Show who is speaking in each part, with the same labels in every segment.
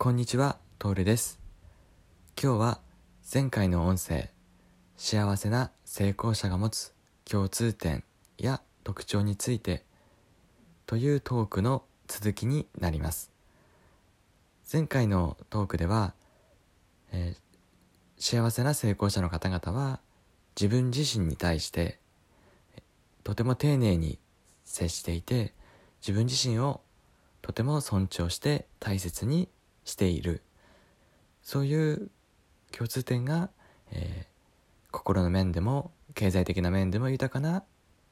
Speaker 1: こんにちは、トールです。今日は前回の音声、幸せな成功者が持つ共通点や特徴についてというトークの続きになります。前回のトークでは、幸せな成功者の方々は自分自身に対してとても丁寧に接していて、自分自身をとても尊重して大切にしている、そういう共通点が、心の面でも経済的な面でも豊かな、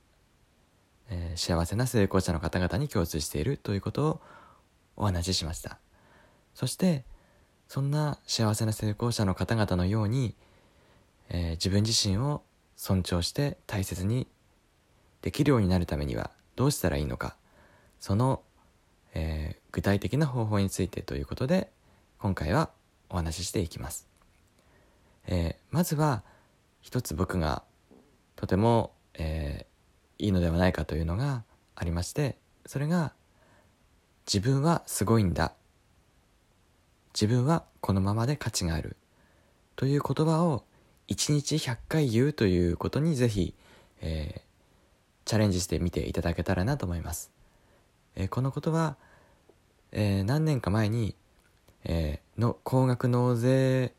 Speaker 1: 幸せな成功者の方々に共通しているということをお話ししました。そしてそんな幸せな成功者の方々のように、自分自身を尊重して大切にできるようになるためにはどうしたらいいのか、その、具体的な方法についてということで今回はお話ししていきます。まずは一つ僕がとても、いいのではないかというのがありまして、それが自分はすごいんだ、自分はこのままで価値があるという言葉を1日100回言うということにぜひ、チャレンジしてみていただけたらなと思います。このことは、何年か前に、の高額納税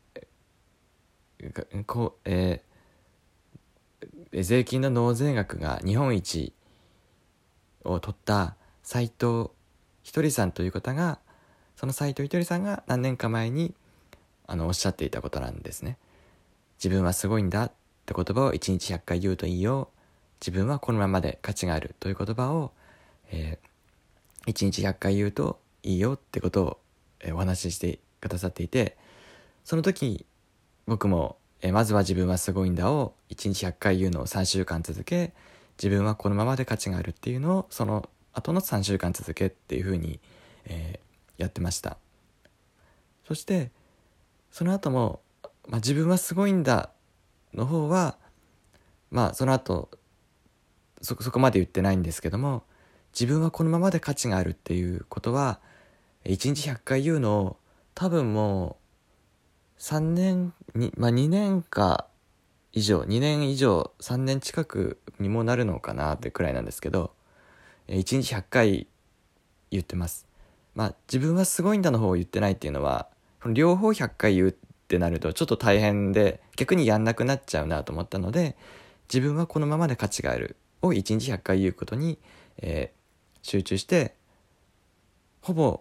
Speaker 1: 税金の納税額が日本一を取った斉藤ひとりさんという方が、その斉藤ひとりさんが何年か前におっしゃっていたことなんですね。自分はすごいんだって言葉を1日100回言うといいよ、自分はこのままで価値があるという言葉を、1日100回言うといいよってことを、お話ししてくださっていて、その時僕も、まずは自分はすごいんだを1日100回言うのを3週間続け、自分はこのままで価値があるっていうのをその後の3週間続けっていう風に、やってました。そしてその後も、自分はすごいんだの方は、その後そこまで言ってないんですけども、自分はこのままで価値があるっていうことは1日100回言うのを多分もう3年に、2年か以上、2年以上3年近くにもなるのかなってくらいなんですけど、1日100回言ってます。自分はすごいんだの方を言ってないっていうのは、両方100回言うってなるとちょっと大変で逆にやんなくなっちゃうなと思ったので、自分はこのままで価値があるを1日100回言うことに、集中して、ほぼ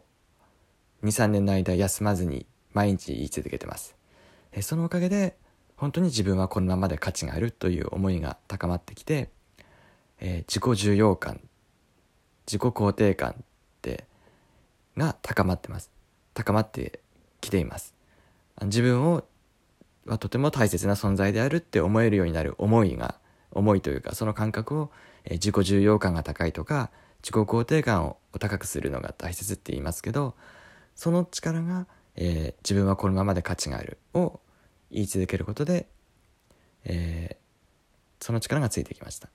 Speaker 1: 2,3 年の間休まずに毎日言い続けてます。そのおかげで本当に自分はこのままで価値があるという思いが高まってきて、自己重要感、自己肯定感が高まってきています。自分はとても大切な存在であるって思えるようになる思いというか、その感覚を、自己重要感が高いとか自己肯定感を高くするのが大切って言いますけど、その力が、自分はこのままで価値があるを言い続けることで、その力がついてきました。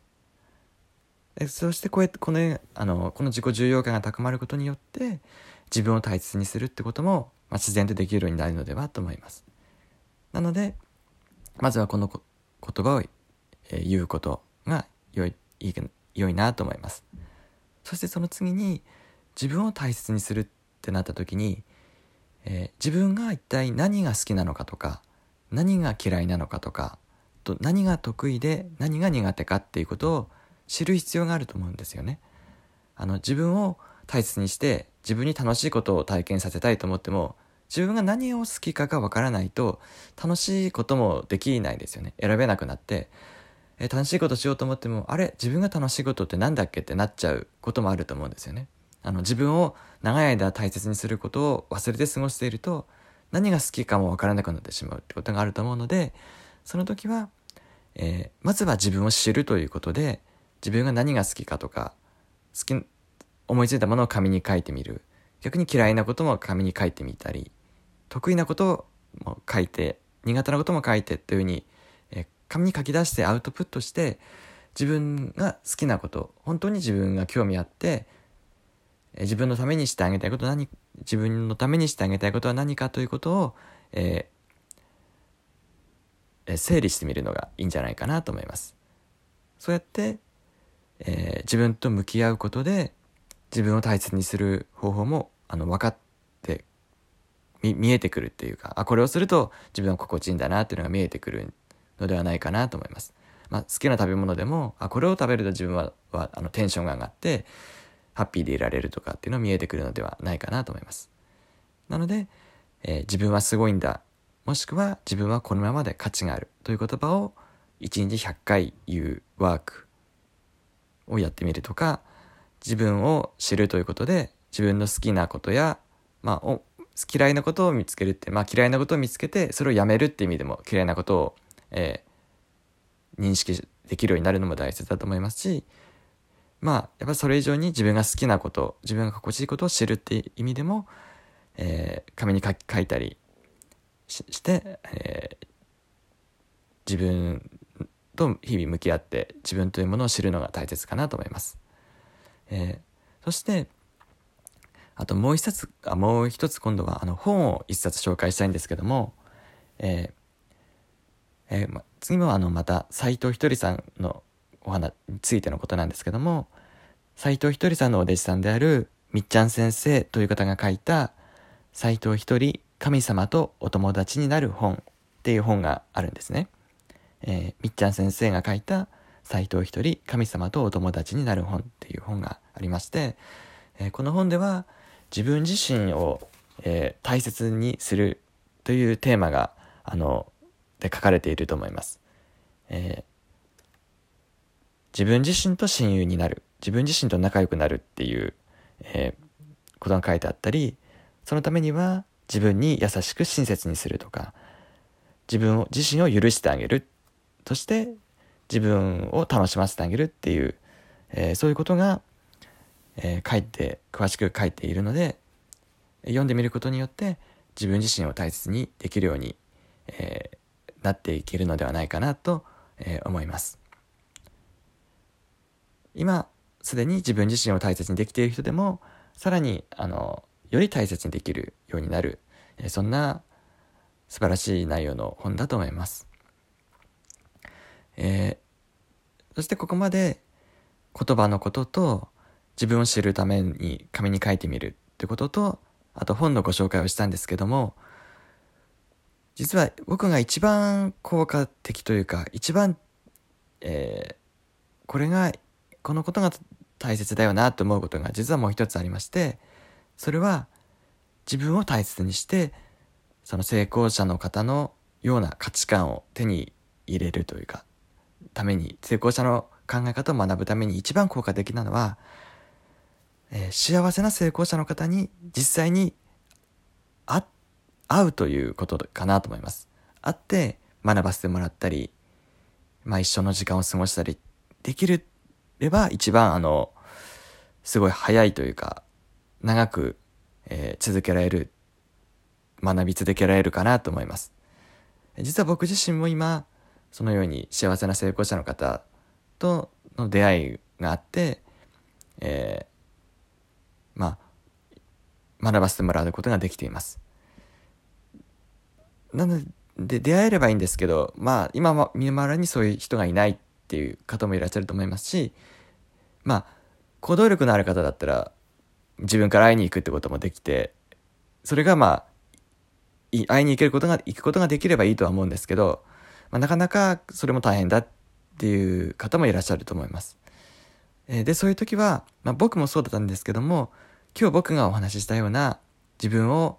Speaker 1: そしてこの自己重要感が高まることによって自分を大切にするってことも、自然とできるようになるのではと思います。なのでまずはこの言葉を、言うことが良いなと思います。そしてその次に自分を大切にするってなった時に、自分が一体何が好きなのかとか何が嫌いなのかとか何が得意で何が苦手かっていうことを知る必要があると思うんですよね。自分を大切にして自分に楽しいことを体験させたいと思っても、自分が何を好きかがわからないと楽しいこともできないですよね。選べなくなって、楽しいことしようと思っても、自分が楽しいことってなんだっけってなっちゃうこともあると思うんですよね。自分を長い間大切にすることを忘れて過ごしていると、何が好きかもわからなくなってしまうってことがあると思うので、その時は、まずは自分を知るということで、自分が何が好きかとか思いついたものを紙に書いてみる、逆に嫌いなことも紙に書いてみたり、得意なことも書いて苦手なことも書いてというふうに、紙に書き出してアウトプットして、自分が好きなこと、本当に自分が興味あって、 自分のためにしてあげたいこと自分のためにしてあげたいことは何かということを、整理してみるのがいいんじゃないかなと思います。そうやって、自分と向き合うことで自分を大切にする方法も分かって見えてくるっていうか、これをすると自分は心地いいんだなっていうのが見えてくるのではないかなと思います。好きな食べ物でもこれを食べると自分はテンションが上がってハッピーでいられるとかっていうのが見えてくるのではないかなと思います。なので、自分はすごいんだ、もしくは自分はこのままで価値があるという言葉を1日100回言うワークをやってみるとか、自分を知るということで自分の好きなことや、嫌いなことを見つけるって、嫌いなことを見つけてそれをやめるっていう意味でも嫌いなことを、認識できるようになるのも大切だと思いますし、やっぱりそれ以上に自分が好きなこと、自分が心地いいことを知るっていう意味でも、紙に書いたりして、自分と日々向き合って自分というものを知るのが大切かなと思います。そしてあともう一つ今度は本を一冊紹介したいんですけども、次もまた斎藤ひとりさんのお話についてのことなんですけども、斎藤ひとりさんのお弟子さんであるみっちゃん先生という方が書いた斎藤ひとり神様とお友達になる本っていう本があるんですね。みっちゃん先生が書いた斎藤ひとり神様とお友達になる本っていう本がありまして、この本では自分自身を、大切にするというテーマがで書かれていると思います。自分自身と親友になる、自分自身と仲良くなるっていう、ことが書いてあったり、そのためには自分に優しく親切にするとか、自身を許してあげる、そして自分を楽しませてあげるっていう、そういうことが、詳しく書いているので、読んでみることによって自分自身を大切にできるように、なっていけるのではないかなと、思います。今すでに自分自身を大切にできている人でもさらにより大切にできるようになる、そんな素晴らしい内容の本だと思います。そしてここまで言葉のことと自分を知るために紙に書いてみるってことと、あと本のご紹介をしたんですけども、実は僕が一番効果的というか一番、このことが大切だよなと思うことが実はもう一つありまして、それは自分を大切にしてその成功者の方のような価値観を手に入れるというか、ために成功者の考え方を学ぶために一番効果的なのは、幸せな成功者の方に実際に会うということかなと思います。会って学ばせてもらったり、一緒の時間を過ごしたりできれば一番すごい早いというか長く、続けられる、学び続けられるかなと思います。実は僕自身も今そのように幸せな成功者の方との出会いがあって、学ばせてもらうことができています。なので出会えればいいんですけど、今は見回らにそういう人がいないっていう方もいらっしゃると思いますし、行動力のある方だったら自分から会いに行くってこともできて、それが会いに行くことができればいいとは思うんですけど、なかなかそれも大変だっていう方もいらっしゃると思います。でそういう時は、僕もそうだったんですけども、今日僕がお話ししたような自分は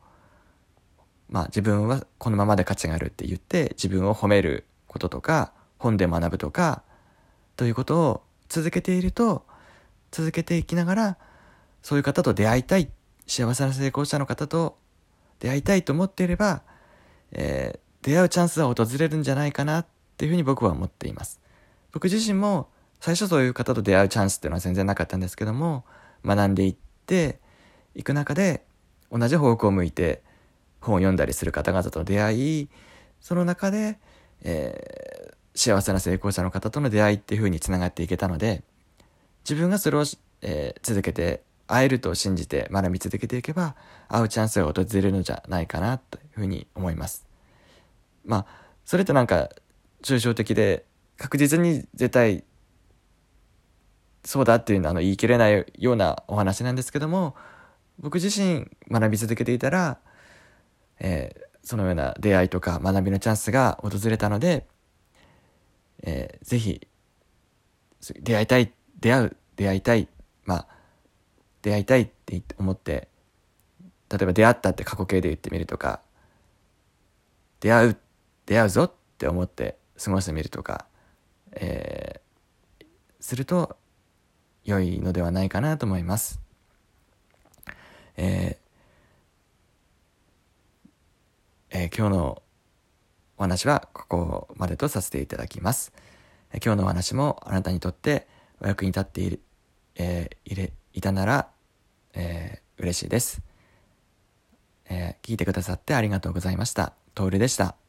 Speaker 1: このままで価値があるって言って自分を褒めることとか本で学ぶとかということを続けていきながら、そういう方と出会いたい、幸せな成功者の方と出会いたいと思っていれば、出会うチャンスは訪れるんじゃないかなっていうふうに僕は思っています。僕自身も最初そういう方と出会うチャンスっていうのは全然なかったんですけども、学んでいっていく中で同じ方向を向いて本を読んだりする方々と出会い、その中で、幸せな成功者の方との出会いっていう風につながっていけたので、自分がそれを、続けて会えると信じて学び続けていけば、会うチャンスが訪れるのじゃないかなというふうに思います。それってなんか抽象的で、確実に絶対そうだっていうのは言い切れないようなお話なんですけども、僕自身学び続けていたら、そのような出会いとか学びのチャンスが訪れたので、ぜひ出会いたいって思って、例えば出会ったって過去形で言ってみるとか、出会うぞって思って過ごしてみるとか、すると良いのではないかなと思います。今日のお話はここまでとさせていただきます。今日のお話もあなたにとってお役に立っていたなら、嬉しいです。聞いてくださってありがとうございました。トールでした。